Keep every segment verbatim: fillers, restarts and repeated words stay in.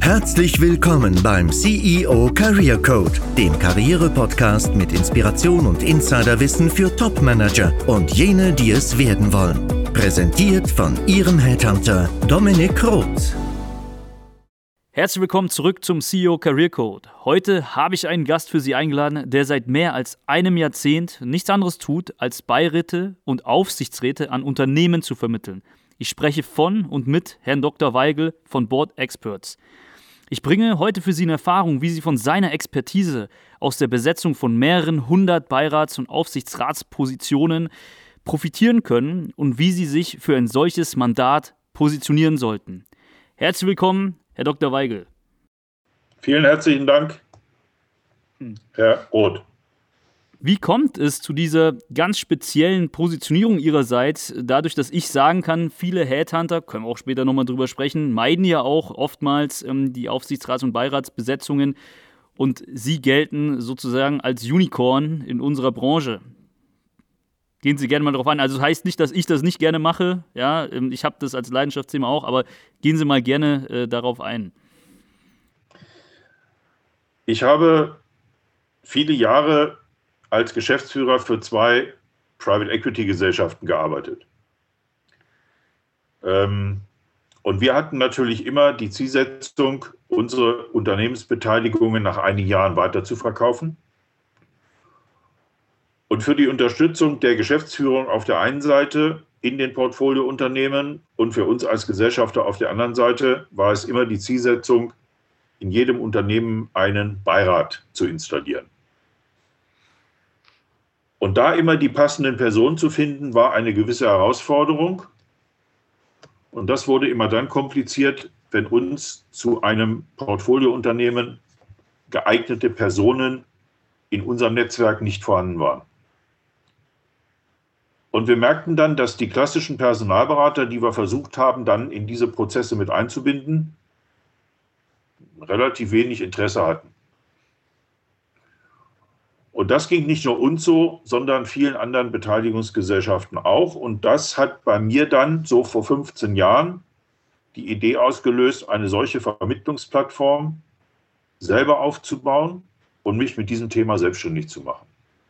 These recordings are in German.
Herzlich willkommen beim C E O Career Code, dem Karriere-Podcast mit Inspiration und Insiderwissen für Top-Manager und jene, die es werden wollen. Präsentiert von Ihrem Headhunter Dominik Roth. Herzlich willkommen zurück zum C E O Career Code. Heute habe ich einen Gast für Sie eingeladen, der seit mehr als einem Jahrzehnt nichts anderes tut, als Beiräte und Aufsichtsräte an Unternehmen zu vermitteln. Ich spreche von und mit Herrn Doktor Weigel von Board Experts. Ich bringe heute für Sie in Erfahrung, wie Sie von seiner Expertise aus der Besetzung von mehreren hundert Beirats- und Aufsichtsratspositionen profitieren können und wie Sie sich für ein solches Mandat positionieren sollten. Herzlich willkommen, Herr Doktor Weigel. Vielen herzlichen Dank, Herr Roth. Wie kommt es zu dieser ganz speziellen Positionierung Ihrerseits, dadurch, dass ich sagen kann, viele Headhunter, können wir auch später nochmal drüber sprechen, meiden ja auch oftmals ähm, die Aufsichtsrats- und Beiratsbesetzungen und Sie gelten sozusagen als Unicorn in unserer Branche. Gehen Sie gerne mal darauf ein. Also das heißt nicht, dass ich das nicht gerne mache, ja, ähm, ich habe das als Leidenschaftsthema auch, aber gehen Sie mal gerne äh, darauf ein. Ich habe viele Jahre als Geschäftsführer für zwei Private Equity Gesellschaften gearbeitet. Ähm, und wir hatten natürlich immer die Zielsetzung, unsere Unternehmensbeteiligungen nach einigen Jahren weiter zu verkaufen. Und für die Unterstützung der Geschäftsführung auf der einen Seite in den Portfoliounternehmen und für uns als Gesellschafter auf der anderen Seite war es immer die Zielsetzung, in jedem Unternehmen einen Beirat zu installieren. Und da immer die passenden Personen zu finden, war eine gewisse Herausforderung. Und das wurde immer dann kompliziert, wenn uns zu einem Portfoliounternehmen geeignete Personen in unserem Netzwerk nicht vorhanden waren. Und wir merkten dann, dass die klassischen Personalberater, die wir versucht haben, dann in diese Prozesse mit einzubinden, relativ wenig Interesse hatten. Und das ging nicht nur uns so, sondern vielen anderen Beteiligungsgesellschaften auch. Und das hat bei mir dann so vor fünfzehn Jahren die Idee ausgelöst, eine solche Vermittlungsplattform selber aufzubauen und mich mit diesem Thema selbstständig zu machen.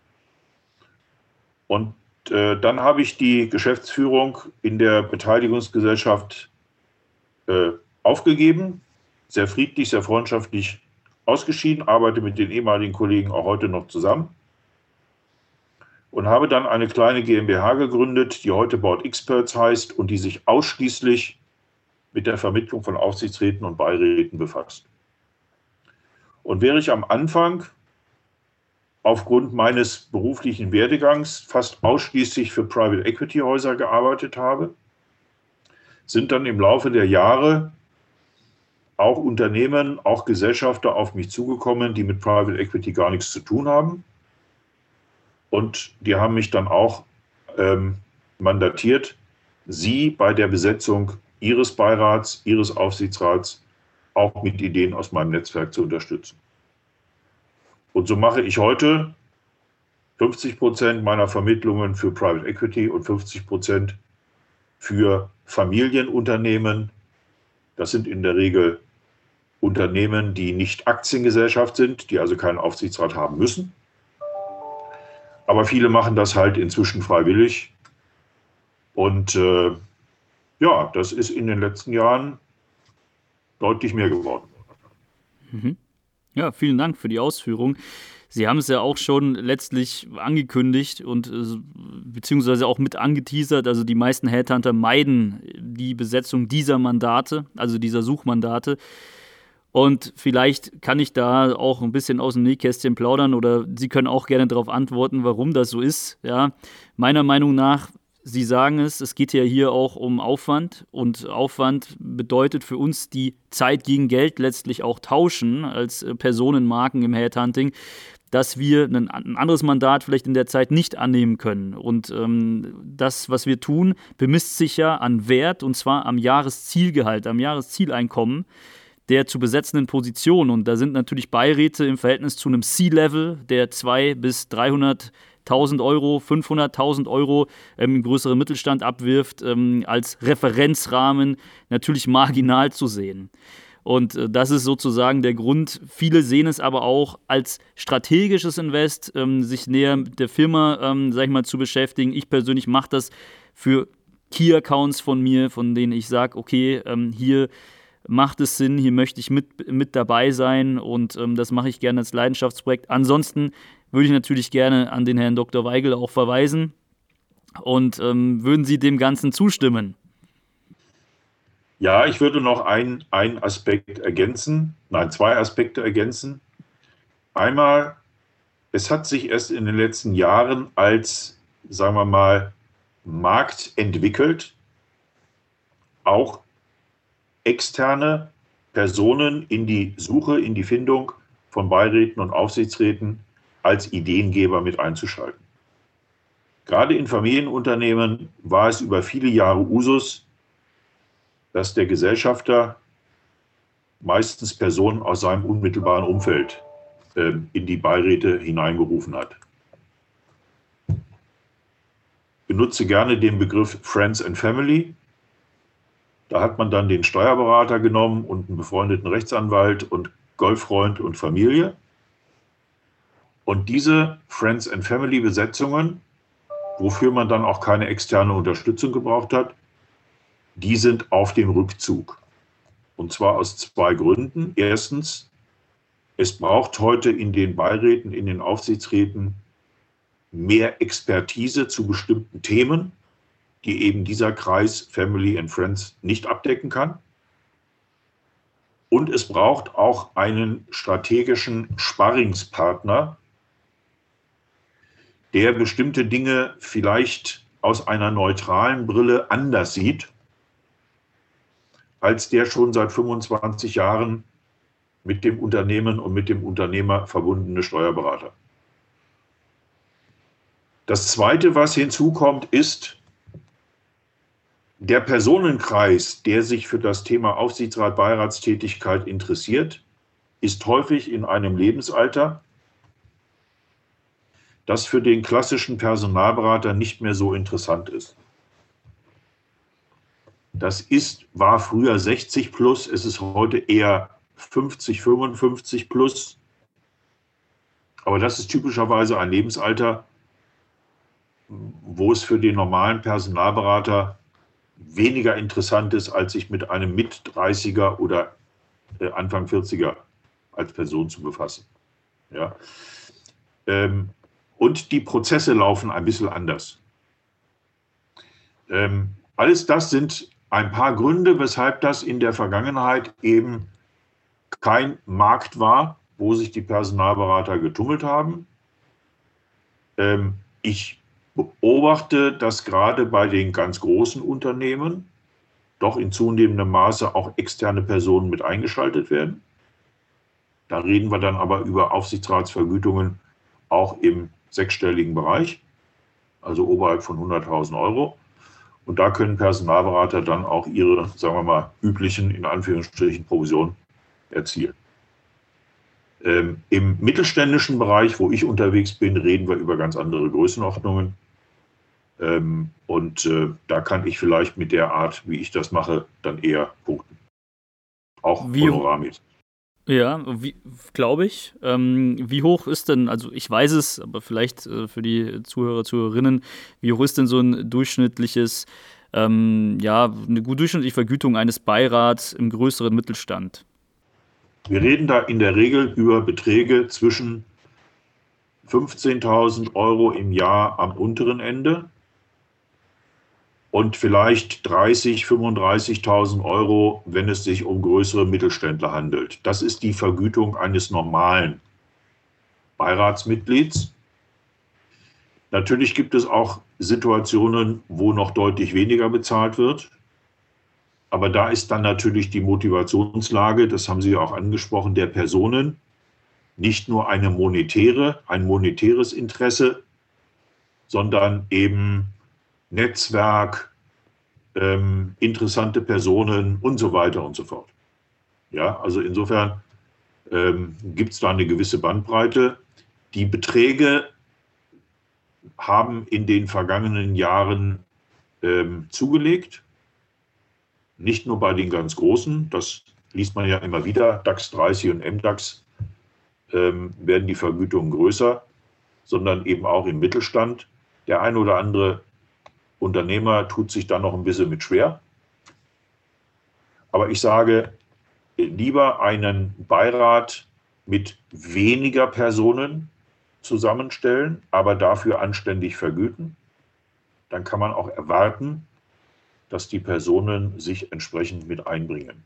Und äh, dann habe ich die Geschäftsführung in der Beteiligungsgesellschaft äh, aufgegeben, sehr friedlich, sehr freundschaftlich ausgeschieden, arbeite mit den ehemaligen Kollegen auch heute noch zusammen und habe dann eine kleine GmbH gegründet, die heute Board Experts heißt und die sich ausschließlich mit der Vermittlung von Aufsichtsräten und Beiräten befasst. Und während ich am Anfang aufgrund meines beruflichen Werdegangs fast ausschließlich für Private Equity Häuser gearbeitet habe, sind dann im Laufe der Jahre auch Unternehmen, auch Gesellschafter auf mich zugekommen, die mit Private Equity gar nichts zu tun haben. Und die haben mich dann auch ähm, mandatiert, sie bei der Besetzung ihres Beirats, ihres Aufsichtsrats auch mit Ideen aus meinem Netzwerk zu unterstützen. Und so mache ich heute fünfzig Prozent meiner Vermittlungen für Private Equity und fünfzig Prozent für Familienunternehmen. Das sind in der Regel Unternehmen, die nicht Aktiengesellschaft sind, die also keinen Aufsichtsrat haben müssen. Aber viele machen das halt inzwischen freiwillig. Und äh, ja, das ist in den letzten Jahren deutlich mehr geworden. Mhm. Ja, vielen Dank für die Ausführung. Sie haben es ja auch schon letztlich angekündigt und äh, beziehungsweise auch mit angeteasert. Also die meisten Headhunter meiden die Besetzung dieser Mandate, also dieser Suchmandate. Und vielleicht kann ich da auch ein bisschen aus dem Nähkästchen plaudern oder Sie können auch gerne darauf antworten, warum das so ist. Ja, meiner Meinung nach, Sie sagen es, es geht ja hier auch um Aufwand und Aufwand bedeutet für uns die Zeit gegen Geld letztlich auch tauschen als Personenmarken im Headhunting, dass wir ein, ein anderes Mandat vielleicht in der Zeit nicht annehmen können. Und ähm, das, was wir tun, bemisst sich ja an Wert und zwar am Jahreszielgehalt, am Jahreszieleinkommen der zu besetzenden Position. Und da sind natürlich Beiräte im Verhältnis zu einem C-Level, der zweihunderttausend bis dreihunderttausend Euro, fünfhunderttausend Euro ähm, im größeren Mittelstand abwirft, ähm, als Referenzrahmen natürlich marginal zu sehen. Und äh, das ist sozusagen der Grund. Viele sehen es aber auch als strategisches Invest, ähm, sich näher mit der Firma, ähm, sag ich mal, zu beschäftigen. Ich persönlich mache das für Key-Accounts von mir, von denen ich sage, okay, ähm, hier macht es Sinn, hier möchte ich mit, mit dabei sein und ähm, das mache ich gerne als Leidenschaftsprojekt. Ansonsten würde ich natürlich gerne an den Herrn Doktor Weigel auch verweisen und ähm, würden Sie dem Ganzen zustimmen? Ja, ich würde noch einen Aspekt ergänzen, nein, zwei Aspekte ergänzen. Einmal, es hat sich erst in den letzten Jahren als, sagen wir mal, Markt entwickelt, auch externe Personen in die Suche, in die Findung von Beiräten und Aufsichtsräten als Ideengeber mit einzuschalten. Gerade in Familienunternehmen war es über viele Jahre Usus, dass der Gesellschafter meistens Personen aus seinem unmittelbaren Umfeld äh, in die Beiräte hineingerufen hat. Ich benutze gerne den Begriff Friends and Family. Da hat man dann den Steuerberater genommen und einen befreundeten Rechtsanwalt und Golffreund und Familie. Und diese Friends and Family Besetzungen, wofür man dann auch keine externe Unterstützung gebraucht hat, die sind auf dem Rückzug. Und zwar aus zwei Gründen. Erstens, es braucht heute in den Beiräten, in den Aufsichtsräten mehr Expertise zu bestimmten Themen, die eben dieser Kreis Family and Friends nicht abdecken kann. Und es braucht auch einen strategischen Sparringspartner, der bestimmte Dinge vielleicht aus einer neutralen Brille anders sieht, als der schon seit fünfundzwanzig Jahren mit dem Unternehmen und mit dem Unternehmer verbundene Steuerberater. Das Zweite, was hinzukommt, ist, der Personenkreis, der sich für das Thema Aufsichtsrat, Beiratstätigkeit interessiert, ist häufig in einem Lebensalter, das für den klassischen Personalberater nicht mehr so interessant ist. Das ist, war früher sechzig plus, es ist heute eher fünfzig, fünfundfünfzig plus. Aber das ist typischerweise ein Lebensalter, wo es für den normalen Personalberater weniger interessant ist, als sich mit einem Mit-dreißiger oder äh, Anfang vierziger als Person zu befassen. Ja. Ähm, und die Prozesse laufen ein bisschen anders. Ähm, alles das sind ein paar Gründe, weshalb das in der Vergangenheit eben kein Markt war, wo sich die Personalberater getummelt haben. Ähm, ich beobachte, dass gerade bei den ganz großen Unternehmen doch in zunehmendem Maße auch externe Personen mit eingeschaltet werden. Da reden wir dann aber über Aufsichtsratsvergütungen auch im sechsstelligen Bereich, also oberhalb von hunderttausend Euro. Und da können Personalberater dann auch ihre, sagen wir mal, üblichen, in Anführungsstrichen, Provisionen erzielen. Ähm, Im mittelständischen Bereich, wo ich unterwegs bin, reden wir über ganz andere Größenordnungen. Ähm, und äh, da kann ich vielleicht mit der Art, wie ich das mache, dann eher punkten. Auch honorarmäßig. Ja, glaube ich. Ähm, wie hoch ist denn, also ich weiß es, aber vielleicht äh, für die Zuhörer, Zuhörerinnen, wie hoch ist denn so ein durchschnittliches, ähm, ja, eine gut durchschnittliche Vergütung eines Beirats im größeren Mittelstand? Wir reden da in der Regel über Beträge zwischen fünfzehntausend Euro im Jahr am unteren Ende und vielleicht dreißigtausend, fünfunddreißigtausend Euro, wenn es sich um größere Mittelständler handelt. Das ist die Vergütung eines normalen Beiratsmitglieds. Natürlich gibt es auch Situationen, wo noch deutlich weniger bezahlt wird. Aber da ist dann natürlich die Motivationslage, das haben Sie ja auch angesprochen, der Personen, nicht nur eine monetäre, ein monetäres Interesse, sondern eben Netzwerk, ähm, interessante Personen und so weiter und so fort. Ja, also insofern ähm, gibt es da eine gewisse Bandbreite. Die Beträge haben in den vergangenen Jahren ähm, zugelegt. Nicht nur bei den ganz Großen, das liest man ja immer wieder, DAX dreißig und M DAX, ähm, werden die Vergütungen größer, sondern eben auch im Mittelstand. Der ein oder andere Unternehmer tut sich da noch ein bisschen mit schwer. Aber ich sage, lieber einen Beirat mit weniger Personen zusammenstellen, aber dafür anständig vergüten. Dann kann man auch erwarten, dass die Personen sich entsprechend mit einbringen.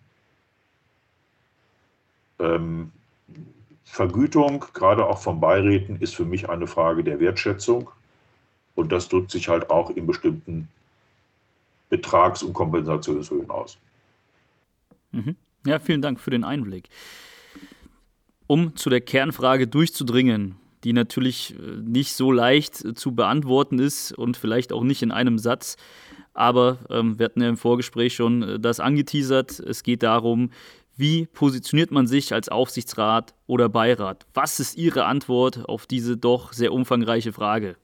Ähm, Vergütung, gerade auch von Beiräten, ist für mich eine Frage der Wertschätzung. Und das drückt sich halt auch in bestimmten Betrags- und Kompensationshöhen aus. Mhm. Ja, vielen Dank für den Einblick. Um zu der Kernfrage durchzudringen, die natürlich nicht so leicht zu beantworten ist und vielleicht auch nicht in einem Satz, aber ähm, wir hatten ja im Vorgespräch schon das angeteasert. Es geht darum, wie positioniert man sich als Aufsichtsrat oder Beirat? Was ist Ihre Antwort auf diese doch sehr umfangreiche Frage?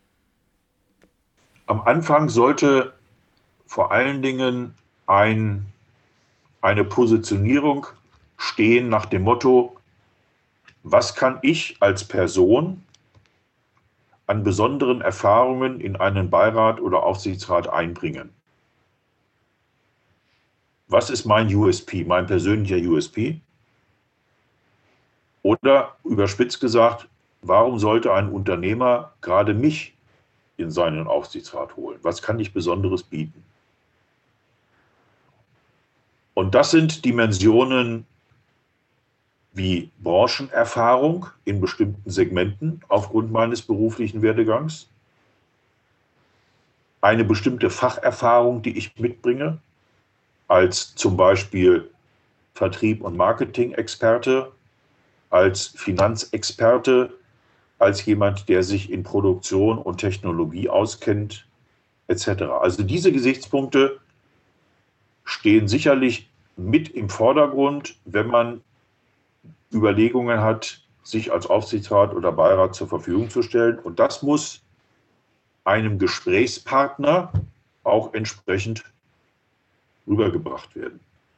Am Anfang sollte vor allen Dingen ein, eine Positionierung stehen nach dem Motto, was kann ich als Person an besonderen Erfahrungen in einen Beirat oder Aufsichtsrat einbringen? Was ist mein U S P, mein persönlicher U S P? Oder überspitzt gesagt, warum sollte ein Unternehmer gerade mich in seinen Aufsichtsrat holen? Was kann ich Besonderes bieten? Und das sind Dimensionen wie Branchenerfahrung in bestimmten Segmenten aufgrund meines beruflichen Werdegangs, eine bestimmte Facherfahrung, die ich mitbringe, als zum Beispiel Vertrieb- und Marketing-Experte, als Finanzexperte, als jemand, der sich in Produktion und Technologie auskennt, et cetera. Also diese Gesichtspunkte stehen sicherlich mit im Vordergrund, wenn man Überlegungen hat, sich als Aufsichtsrat oder Beirat zur Verfügung zu stellen. Und das muss einem Gesprächspartner auch entsprechend rübergebracht werden.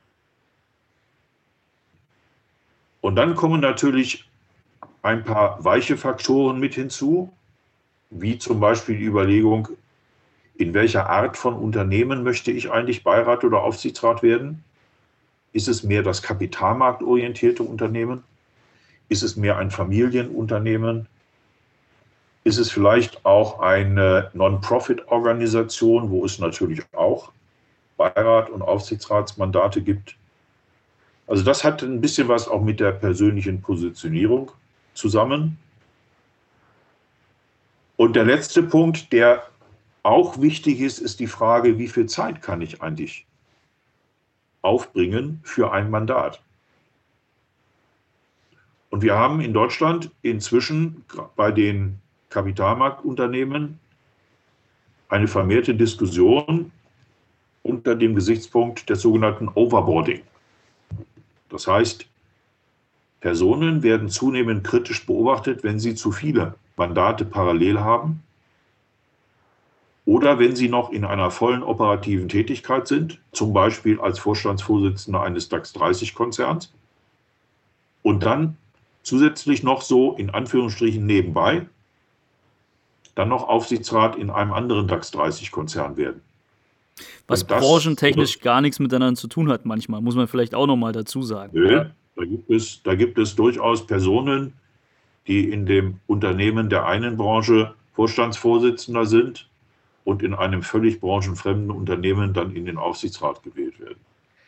Und dann kommen natürlich ein paar weiche Faktoren mit hinzu, wie zum Beispiel die Überlegung, in welcher Art von Unternehmen möchte ich eigentlich Beirat oder Aufsichtsrat werden? Ist es mehr das kapitalmarktorientierte Unternehmen? Ist es mehr ein Familienunternehmen? Ist es vielleicht auch eine Non-Profit-Organisation, wo es natürlich auch Beirat- und Aufsichtsratsmandate gibt? Also das hat ein bisschen was auch mit der persönlichen Positionierung zusammen. Und der letzte Punkt, der auch wichtig ist, ist die Frage, wie viel Zeit kann ich eigentlich aufbringen für ein Mandat? Und wir haben in Deutschland inzwischen bei den Kapitalmarktunternehmen eine vermehrte Diskussion unter dem Gesichtspunkt des sogenannten Overboarding. Das heißt, Personen werden zunehmend kritisch beobachtet, wenn sie zu viele Mandate parallel haben oder wenn sie noch in einer vollen operativen Tätigkeit sind, zum Beispiel als Vorstandsvorsitzender eines DAX dreißig Konzerns und dann zusätzlich noch so in Anführungsstrichen nebenbei dann noch Aufsichtsrat in einem anderen DAX dreißig Konzern werden. Was das, branchentechnisch gar nichts miteinander zu tun hat manchmal, muss man vielleicht auch nochmal dazu sagen. Nö, ja. da, gibt es, da gibt es durchaus Personen, die in dem Unternehmen der einen Branche Vorstandsvorsitzender sind und in einem völlig branchenfremden Unternehmen dann in den Aufsichtsrat gewählt werden.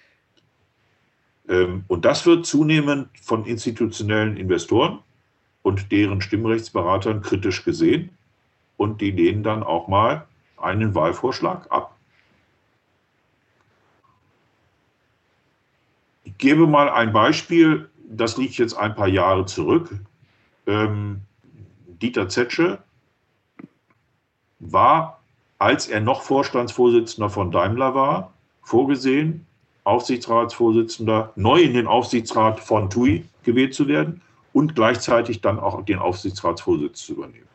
Ähm, und das wird zunehmend von institutionellen Investoren und deren Stimmrechtsberatern kritisch gesehen und die lehnen dann auch mal einen Wahlvorschlag ab. Ich gebe mal ein Beispiel, das liegt jetzt ein paar Jahre zurück. Ähm, Dieter Zetsche war, als er noch Vorstandsvorsitzender von Daimler war, vorgesehen, Aufsichtsratsvorsitzender, neu in den Aufsichtsrat von T U I gewählt zu werden und gleichzeitig dann auch den Aufsichtsratsvorsitz zu übernehmen.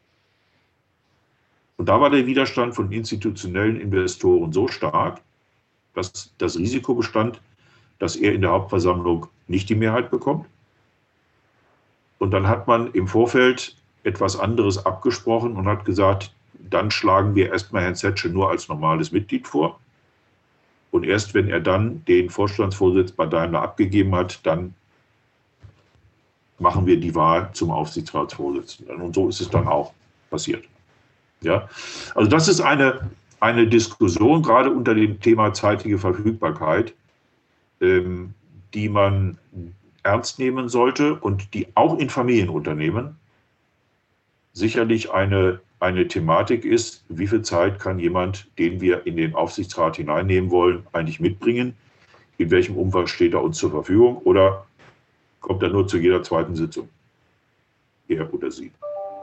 Und da war der Widerstand von institutionellen Investoren so stark, dass das Risiko bestand, dass er in der Hauptversammlung nicht die Mehrheit bekommt. Und dann hat man im Vorfeld etwas anderes abgesprochen und hat gesagt, dann schlagen wir erstmal Herrn Zetsche nur als normales Mitglied vor. Und erst wenn er dann den Vorstandsvorsitz bei Daimler abgegeben hat, dann machen wir die Wahl zum Aufsichtsratsvorsitzenden. Und so ist es dann auch passiert. Ja? Also das ist eine, eine Diskussion, gerade unter dem Thema zeitige Verfügbarkeit, ähm, die man ernst nehmen sollte und die auch in Familienunternehmen sicherlich eine, eine Thematik ist, wie viel Zeit kann jemand, den wir in den Aufsichtsrat hineinnehmen wollen, eigentlich mitbringen, in welchem Umfang steht er uns zur Verfügung oder kommt er nur zu jeder zweiten Sitzung, er oder sie.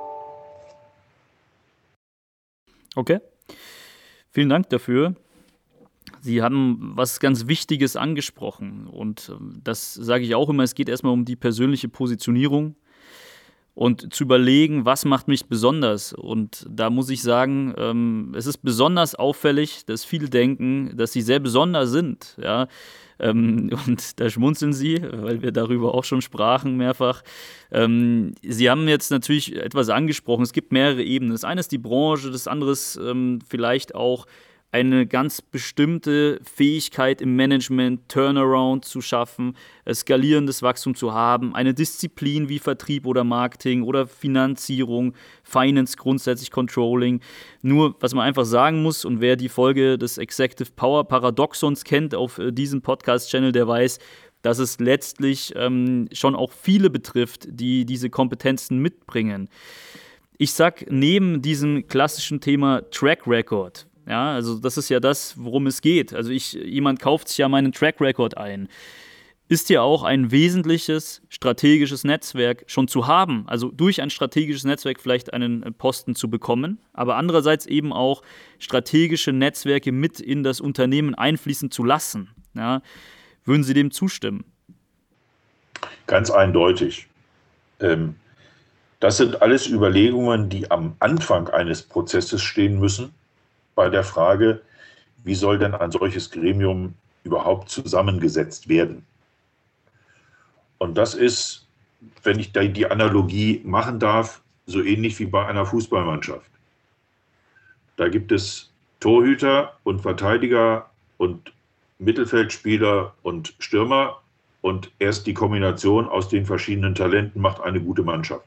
Okay, vielen Dank dafür. Sie haben was ganz Wichtiges angesprochen und das sage ich auch immer, es geht erstmal um die persönliche Positionierung und zu überlegen, was macht mich besonders. Und da muss ich sagen, ähm, es ist besonders auffällig, dass viele denken, dass sie sehr besonders sind. Ja? Ähm, und da schmunzeln sie, weil wir darüber auch schon sprachen mehrfach. Ähm, sie haben jetzt natürlich etwas angesprochen, es gibt mehrere Ebenen. Das eine ist die Branche, das andere ist ähm, vielleicht auch eine ganz bestimmte Fähigkeit im Management, Turnaround zu schaffen, skalierendes Wachstum zu haben, eine Disziplin wie Vertrieb oder Marketing oder Finanzierung, Finance, grundsätzlich Controlling. Nur, was man einfach sagen muss, und wer die Folge des Executive Power Paradoxons kennt auf diesem Podcast-Channel, der weiß, dass es letztlich ähm, schon auch viele betrifft, die diese Kompetenzen mitbringen. Ich sag, neben diesem klassischen Thema Track Record, ja, also das ist ja das, worum es geht. Also ich, jemand kauft sich ja meinen Track Record ein. Ist ja auch ein wesentliches strategisches Netzwerk schon zu haben. Also durch ein strategisches Netzwerk vielleicht einen Posten zu bekommen, aber andererseits eben auch strategische Netzwerke mit in das Unternehmen einfließen zu lassen. Ja, würden Sie dem zustimmen? Ganz eindeutig. Ähm, das sind alles Überlegungen, die am Anfang eines Prozesses stehen müssen. Bei der Frage, wie soll denn ein solches Gremium überhaupt zusammengesetzt werden? Und das ist, wenn ich da die Analogie machen darf, so ähnlich wie bei einer Fußballmannschaft. Da gibt es Torhüter und Verteidiger und Mittelfeldspieler und Stürmer und erst die Kombination aus den verschiedenen Talenten macht eine gute Mannschaft.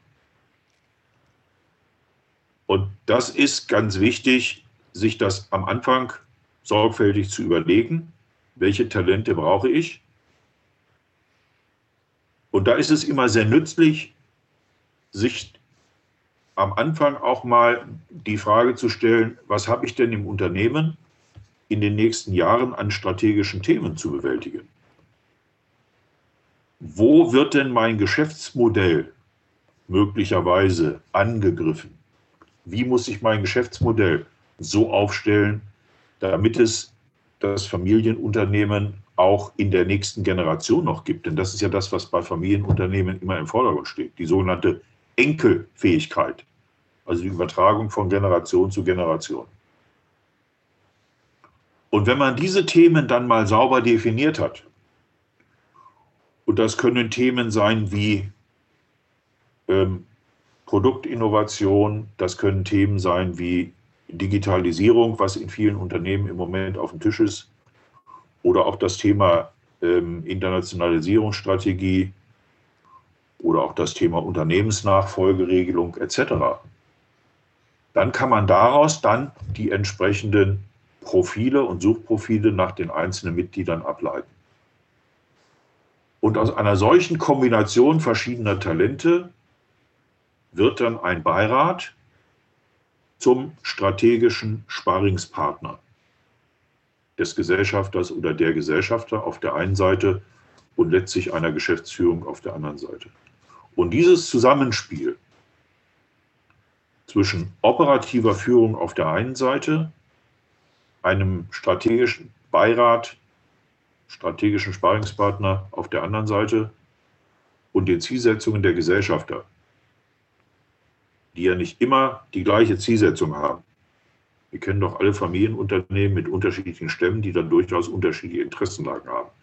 Und das ist ganz wichtig, sich das am Anfang sorgfältig zu überlegen, welche Talente brauche ich. Und da ist es immer sehr nützlich, sich am Anfang auch mal die Frage zu stellen, was habe ich denn im Unternehmen in den nächsten Jahren an strategischen Themen zu bewältigen? Wo wird denn mein Geschäftsmodell möglicherweise angegriffen? Wie muss ich mein Geschäftsmodell so aufstellen, damit es das Familienunternehmen auch in der nächsten Generation noch gibt? Denn das ist ja das, was bei Familienunternehmen immer im Vordergrund steht, die sogenannte Enkelfähigkeit, also die Übertragung von Generation zu Generation. Und wenn man diese Themen dann mal sauber definiert hat, und das können Themen sein wie ähm, Produktinnovation, das können Themen sein wie Digitalisierung, was in vielen Unternehmen im Moment auf dem Tisch ist, oder auch das Thema ähm, Internationalisierungsstrategie oder auch das Thema Unternehmensnachfolgeregelung et cetera. Dann kann man daraus dann die entsprechenden Profile und Suchprofile nach den einzelnen Mitgliedern ableiten. Und aus einer solchen Kombination verschiedener Talente wird dann ein Beirat zum strategischen Sparringspartner des Gesellschafters oder der Gesellschafter auf der einen Seite und letztlich einer Geschäftsführung auf der anderen Seite. Und dieses Zusammenspiel zwischen operativer Führung auf der einen Seite, einem strategischen Beirat, strategischen Sparringspartner auf der anderen Seite und den Zielsetzungen der Gesellschafter, die ja nicht immer die gleiche Zielsetzung haben. Wir kennen doch alle Familienunternehmen mit unterschiedlichen Stämmen, die dann durchaus unterschiedliche Interessenlagen haben.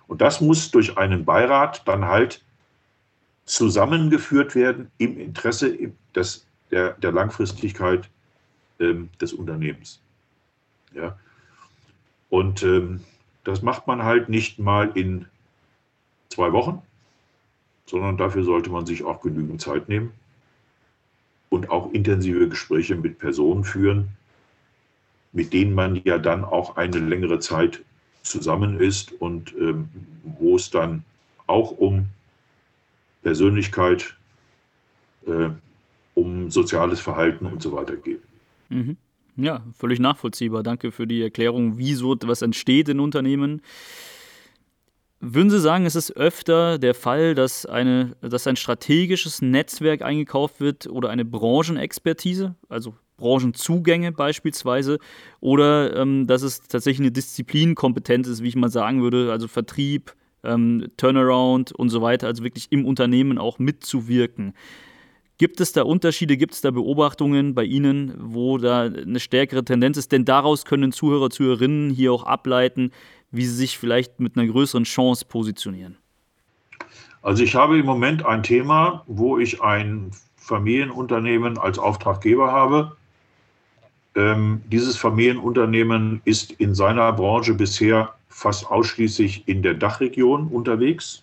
Und das muss durch einen Beirat dann halt zusammengeführt werden im Interesse des, der, der Langfristigkeit ähm, des Unternehmens. Ja. Und ähm, das macht man halt nicht mal in zwei Wochen, sondern dafür sollte man sich auch genügend Zeit nehmen und auch intensive Gespräche mit Personen führen, mit denen man ja dann auch eine längere Zeit zusammen ist und ähm, wo es dann auch um Persönlichkeit, äh, um soziales Verhalten und so weiter geht. Mhm. Ja, völlig nachvollziehbar. Danke für die Erklärung, wie so etwas entsteht in Unternehmen. Würden Sie sagen, es ist öfter der Fall, dass, eine, dass ein strategisches Netzwerk eingekauft wird oder eine Branchenexpertise, also Branchenzugänge beispielsweise, oder ähm, dass es tatsächlich eine Disziplinkompetenz ist, wie ich mal sagen würde, also Vertrieb, ähm, Turnaround und so weiter, also wirklich im Unternehmen auch mitzuwirken. Gibt es da Unterschiede, gibt es da Beobachtungen bei Ihnen, wo da eine stärkere Tendenz ist? Denn daraus können Zuhörer, Zuhörerinnen hier auch ableiten, wie sie sich vielleicht mit einer größeren Chance positionieren. Also ich habe im Moment ein Thema, wo ich ein Familienunternehmen als Auftraggeber habe. Ähm, dieses Familienunternehmen ist in seiner Branche bisher fast ausschließlich in der Dachregion unterwegs.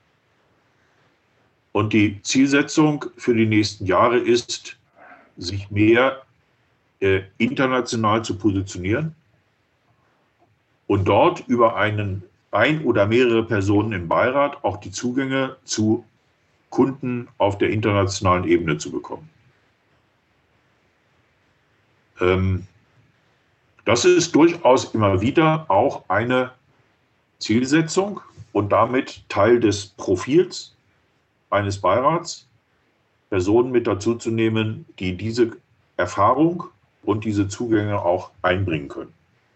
Und die Zielsetzung für die nächsten Jahre ist, sich mehr äh, international zu positionieren und dort über einen ein oder mehrere Personen im Beirat auch die Zugänge zu Kunden auf der internationalen Ebene zu bekommen. Ähm, das ist durchaus immer wieder auch eine Zielsetzung und damit Teil des Profils eines Beirats, Personen mit dazu zu nehmen, die diese Erfahrung und diese Zugänge auch einbringen können.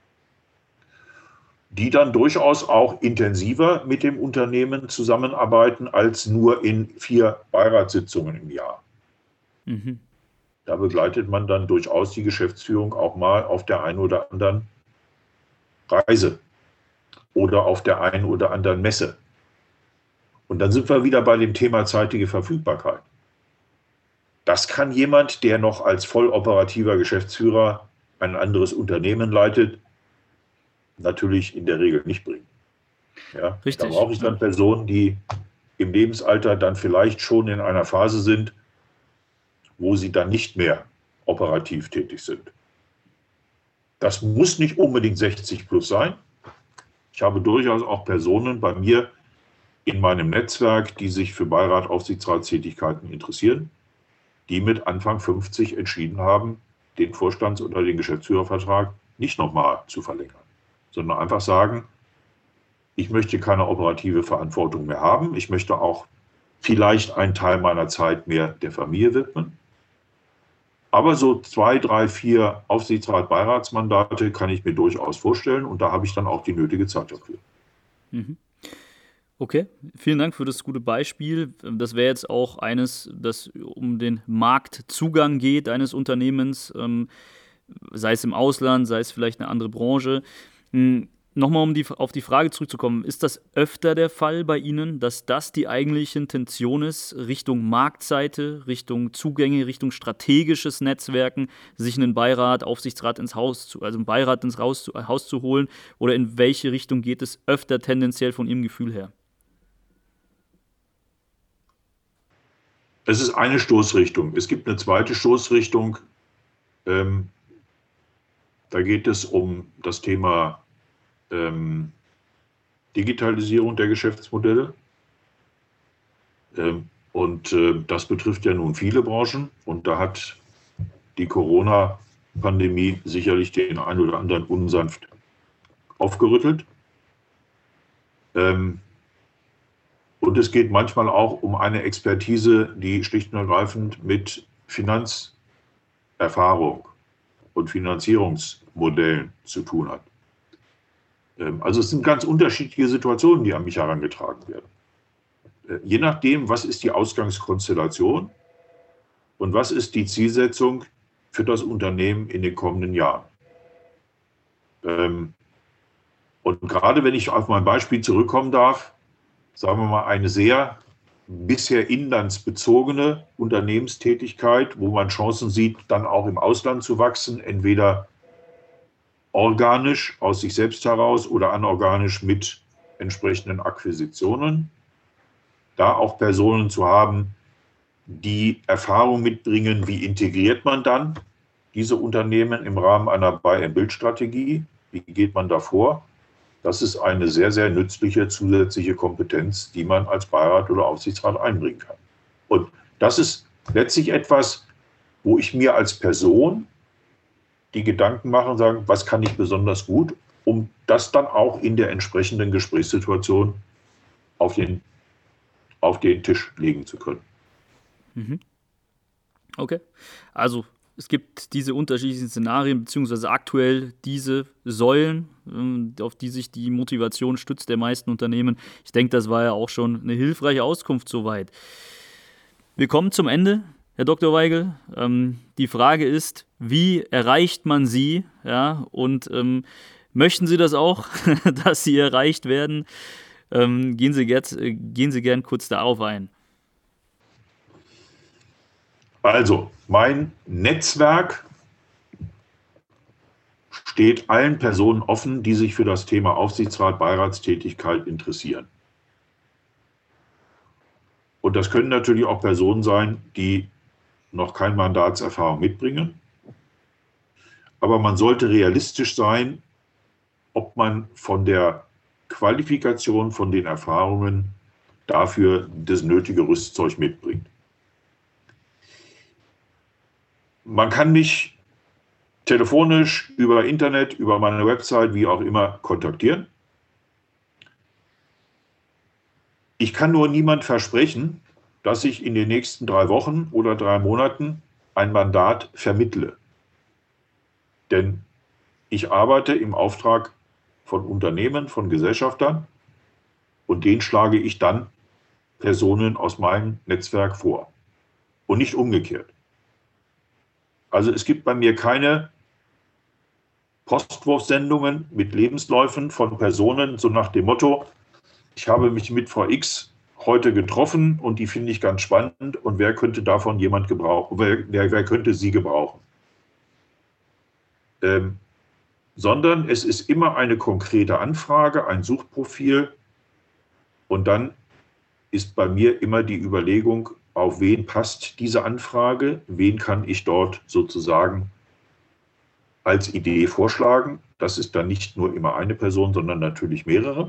Die dann durchaus auch intensiver mit dem Unternehmen zusammenarbeiten als nur in vier Beiratssitzungen im Jahr. Mhm. Da begleitet man dann durchaus die Geschäftsführung auch mal auf der einen oder anderen Reise oder auf der einen oder anderen Messe. Und dann sind wir wieder bei dem Thema zeitige Verfügbarkeit. Das kann jemand, der noch als volloperativer Geschäftsführer ein anderes Unternehmen leitet, natürlich in der Regel nicht bringen. Ja, Richtig. Da brauche ich dann Personen, die im Lebensalter dann vielleicht schon in einer Phase sind, wo sie dann nicht mehr operativ tätig sind. Das muss nicht unbedingt sechzig plus sein. Ich habe durchaus auch Personen bei mir in meinem Netzwerk, die sich für Beirat, Aufsichtsratstätigkeiten interessieren, die mit Anfang fünfzig entschieden haben, den Vorstands- oder den Geschäftsführervertrag nicht nochmal zu verlängern, sondern einfach sagen, ich möchte keine operative Verantwortung mehr haben, ich möchte auch vielleicht einen Teil meiner Zeit mehr der Familie widmen. Aber so zwei, drei, vier Aufsichtsrat-Beiratsmandate kann ich mir durchaus vorstellen und da habe ich dann auch die nötige Zeit dafür. Mhm. Okay, vielen Dank für das gute Beispiel. Das wäre jetzt auch eines, das um den Marktzugang geht eines Unternehmens, ähm, sei es im Ausland, sei es vielleicht eine andere Branche. Hm, nochmal, um die, auf die Frage zurückzukommen, ist das öfter der Fall bei Ihnen, dass das die eigentliche Intention ist, Richtung Marktseite, Richtung Zugänge, Richtung strategisches Netzwerken, sich einen Beirat, Aufsichtsrat ins Haus, zu, also einen Beirat ins Haus zu, Haus zu holen? Oder in welche Richtung geht es öfter tendenziell von Ihrem Gefühl her? Es ist eine Stoßrichtung. Es gibt eine zweite Stoßrichtung. Ähm, da geht es um das Thema ähm, Digitalisierung der Geschäftsmodelle. Ähm, und äh, das betrifft ja nun viele Branchen. Und da hat die Corona-Pandemie sicherlich den einen oder anderen unsanft aufgerüttelt. Ähm, Und es geht manchmal auch um eine Expertise, die schlicht und ergreifend mit Finanzerfahrung und Finanzierungsmodellen zu tun hat. Also es sind ganz unterschiedliche Situationen, die an mich herangetragen werden. Je nachdem, was ist die Ausgangskonstellation und was ist die Zielsetzung für das Unternehmen in den kommenden Jahren. Und gerade wenn ich auf mein Beispiel zurückkommen darf, sagen wir mal, eine sehr bisher inlandsbezogene Unternehmenstätigkeit, wo man Chancen sieht, dann auch im Ausland zu wachsen, entweder organisch aus sich selbst heraus oder anorganisch mit entsprechenden Akquisitionen. Da auch Personen zu haben, die Erfahrung mitbringen, wie integriert man dann diese Unternehmen im Rahmen einer Buy-and-Build-Strategie, wie geht man da vor? Das ist eine sehr, sehr nützliche zusätzliche Kompetenz, die man als Beirat oder Aufsichtsrat einbringen kann. Und das ist letztlich etwas, wo ich mir als Person die Gedanken mache und sage, was kann ich besonders gut, um das dann auch in der entsprechenden Gesprächssituation auf den, auf den Tisch legen zu können. Mhm. Okay, also es gibt diese unterschiedlichen Szenarien, beziehungsweise aktuell diese Säulen, auf die sich die Motivation stützt der meisten Unternehmen. Ich denke, das war ja auch schon eine hilfreiche Auskunft soweit. Wir kommen zum Ende, Herr Doktor Weigel. Ähm, die Frage ist, wie erreicht man Sie? Ja, und ähm, möchten Sie das auch, dass Sie erreicht werden? Ähm, gehen Sie gern, äh, gehen Sie gern kurz darauf ein. Also, mein Netzwerk steht allen Personen offen, die sich für das Thema Aufsichtsrat, Beiratstätigkeit interessieren. Und das können natürlich auch Personen sein, die noch keine Mandatserfahrung mitbringen. Aber man sollte realistisch sein, ob man von der Qualifikation, von den Erfahrungen dafür das nötige Rüstzeug mitbringt. Man kann mich telefonisch, über Internet, über meine Website, wie auch immer, kontaktieren. Ich kann nur niemand versprechen, dass ich in den nächsten drei Wochen oder drei Monaten ein Mandat vermittle. Denn ich arbeite im Auftrag von Unternehmen, von Gesellschaftern und denen schlage ich dann Personen aus meinem Netzwerk vor und nicht umgekehrt. Also es gibt bei mir keine Postwurfsendungen mit Lebensläufen von Personen, so nach dem Motto, ich habe mich mit Frau X heute getroffen und die finde ich ganz spannend und wer könnte davon jemand gebrauchen, wer, wer, wer könnte sie gebrauchen? Ähm, sondern es ist immer eine konkrete Anfrage, ein Suchprofil und dann ist bei mir immer die Überlegung, auf wen passt diese Anfrage, wen kann ich dort sozusagen als Idee vorschlagen. Das ist dann nicht nur immer eine Person, sondern natürlich mehrere.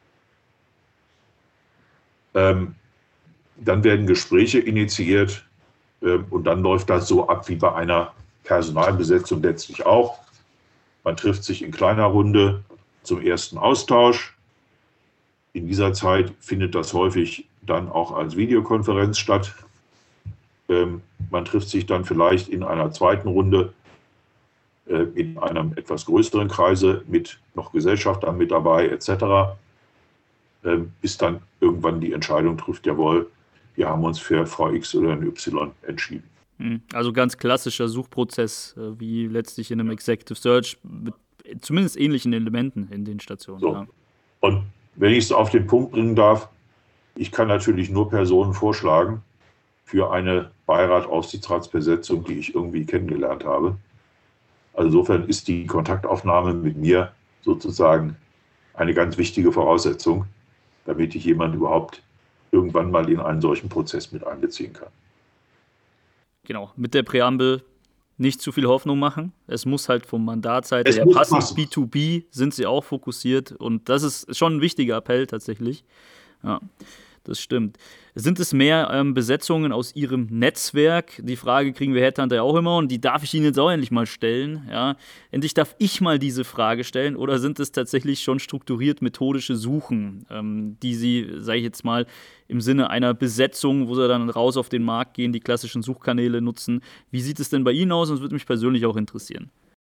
Ähm, dann werden Gespräche initiiert ähm, und dann läuft das so ab wie bei einer Personalbesetzung letztlich auch. Man trifft sich in kleiner Runde zum ersten Austausch. In dieser Zeit findet das häufig dann auch als Videokonferenz statt. Ähm, man trifft sich dann vielleicht in einer zweiten Runde äh, in einem etwas größeren Kreise mit noch Gesellschaftern mit dabei et cetera, äh, bis dann irgendwann die Entscheidung trifft, jawohl, wir haben uns für Frau X oder ein Y entschieden. Also ganz klassischer Suchprozess, äh, wie letztlich in einem Executive Search, mit zumindest ähnlichen Elementen in den Stationen. So. Ja. Und wenn ich es auf den Punkt bringen darf, ich kann natürlich nur Personen vorschlagen für eine Beirat-Aufsichtsratsbesetzung, die ich irgendwie kennengelernt habe. Also insofern ist die Kontaktaufnahme mit mir sozusagen eine ganz wichtige Voraussetzung, damit ich jemanden überhaupt irgendwann mal in einen solchen Prozess mit einbeziehen kann. Genau, mit der Präambel nicht zu viel Hoffnung machen. Es muss halt vom Mandatseite Es her muss passen. passen. B zwei B sind sie auch fokussiert und das ist schon ein wichtiger Appell tatsächlich. Ja, das stimmt. Sind es mehr ähm, Besetzungen aus Ihrem Netzwerk? Die Frage kriegen wir Headhunter ja auch immer und die darf ich Ihnen jetzt auch endlich mal stellen. Ja? Endlich darf ich mal diese Frage stellen oder sind es tatsächlich schon strukturiert methodische Suchen, ähm, die Sie, sage ich jetzt mal, im Sinne einer Besetzung, wo Sie dann raus auf den Markt gehen, die klassischen Suchkanäle nutzen. Wie sieht es denn bei Ihnen aus? Das würde mich persönlich auch interessieren.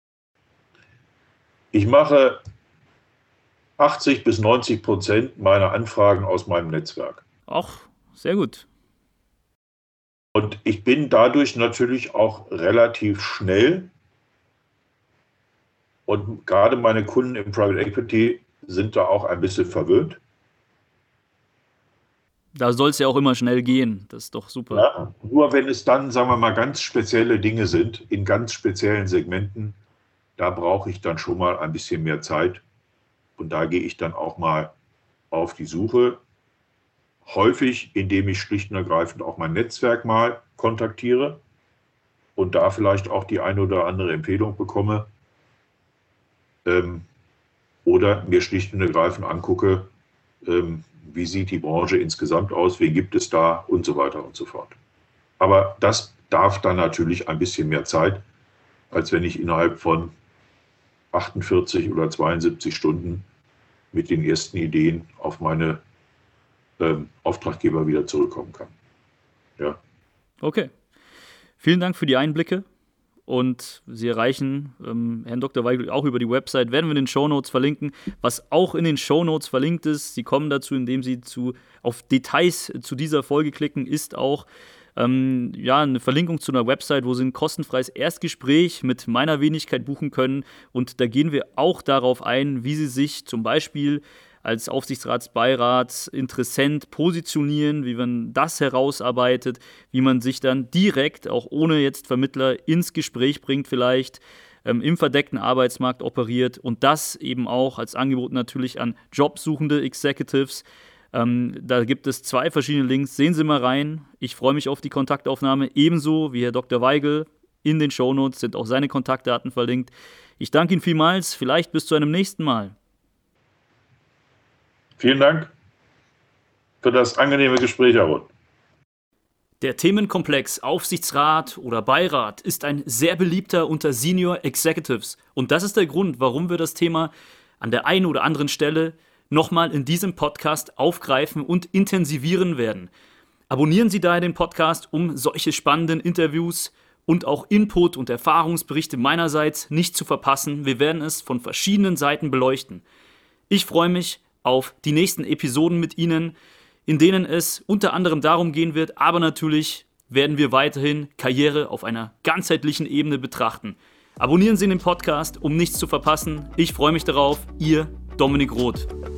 Ich mache achtzig bis neunzig Prozent meiner Anfragen aus meinem Netzwerk. Ach, sehr gut. Und ich bin dadurch natürlich auch relativ schnell. Und gerade meine Kunden im Private Equity sind da auch ein bisschen verwöhnt. Da soll es ja auch immer schnell gehen. Das ist doch super. Ja, nur wenn es dann, sagen wir mal, ganz spezielle Dinge sind, in ganz speziellen Segmenten, da brauche ich dann schon mal ein bisschen mehr Zeit. Und da gehe ich dann auch mal auf die Suche. Häufig, indem ich schlicht und ergreifend auch mein Netzwerk mal kontaktiere und da vielleicht auch die eine oder andere Empfehlung bekomme. Ähm, oder mir schlicht und ergreifend angucke, ähm, wie sieht die Branche insgesamt aus, wen gibt es da und so weiter und so fort. Aber das darf dann natürlich ein bisschen mehr Zeit, als wenn ich innerhalb von achtundvierzig oder zweiundsiebzig Stunden mit den ersten Ideen auf meine ähm, Auftraggeber wieder zurückkommen kann. Ja. Okay. Vielen Dank für die Einblicke. Und Sie erreichen ähm, Herrn Doktor Weigel auch über die Website, werden wir in den Shownotes verlinken. Was auch in den Shownotes verlinkt ist, Sie kommen dazu, indem Sie zu, auf Details zu dieser Folge klicken, ist auch ähm, ja, eine Verlinkung zu einer Website, wo Sie ein kostenfreies Erstgespräch mit meiner Wenigkeit buchen können. Und da gehen wir auch darauf ein, wie Sie sich zum Beispiel als Aufsichtsratsbeirat Interessent positionieren, wie man das herausarbeitet, wie man sich dann direkt, auch ohne jetzt Vermittler, ins Gespräch bringt vielleicht, ähm, im verdeckten Arbeitsmarkt operiert und das eben auch als Angebot natürlich an jobsuchende Executives. Ähm, da gibt es zwei verschiedene Links, sehen Sie mal rein. Ich freue mich auf die Kontaktaufnahme, ebenso wie Herr Doktor Weigel. In den Shownotes sind auch seine Kontaktdaten verlinkt. Ich danke Ihnen vielmals, vielleicht bis zu einem nächsten Mal. Vielen Dank für das angenehme Gespräch, Herr Roth. Der Themenkomplex Aufsichtsrat oder Beirat ist ein sehr beliebter unter Senior Executives. Und das ist der Grund, warum wir das Thema an der einen oder anderen Stelle nochmal in diesem Podcast aufgreifen und intensivieren werden. Abonnieren Sie daher den Podcast, um solche spannenden Interviews und auch Input und Erfahrungsberichte meinerseits nicht zu verpassen. Wir werden es von verschiedenen Seiten beleuchten. Ich freue mich auf die nächsten Episoden mit Ihnen, in denen es unter anderem darum gehen wird, aber natürlich werden wir weiterhin Karriere auf einer ganzheitlichen Ebene betrachten. Abonnieren Sie den Podcast, um nichts zu verpassen. Ich freue mich darauf. Ihr Dominik Roth.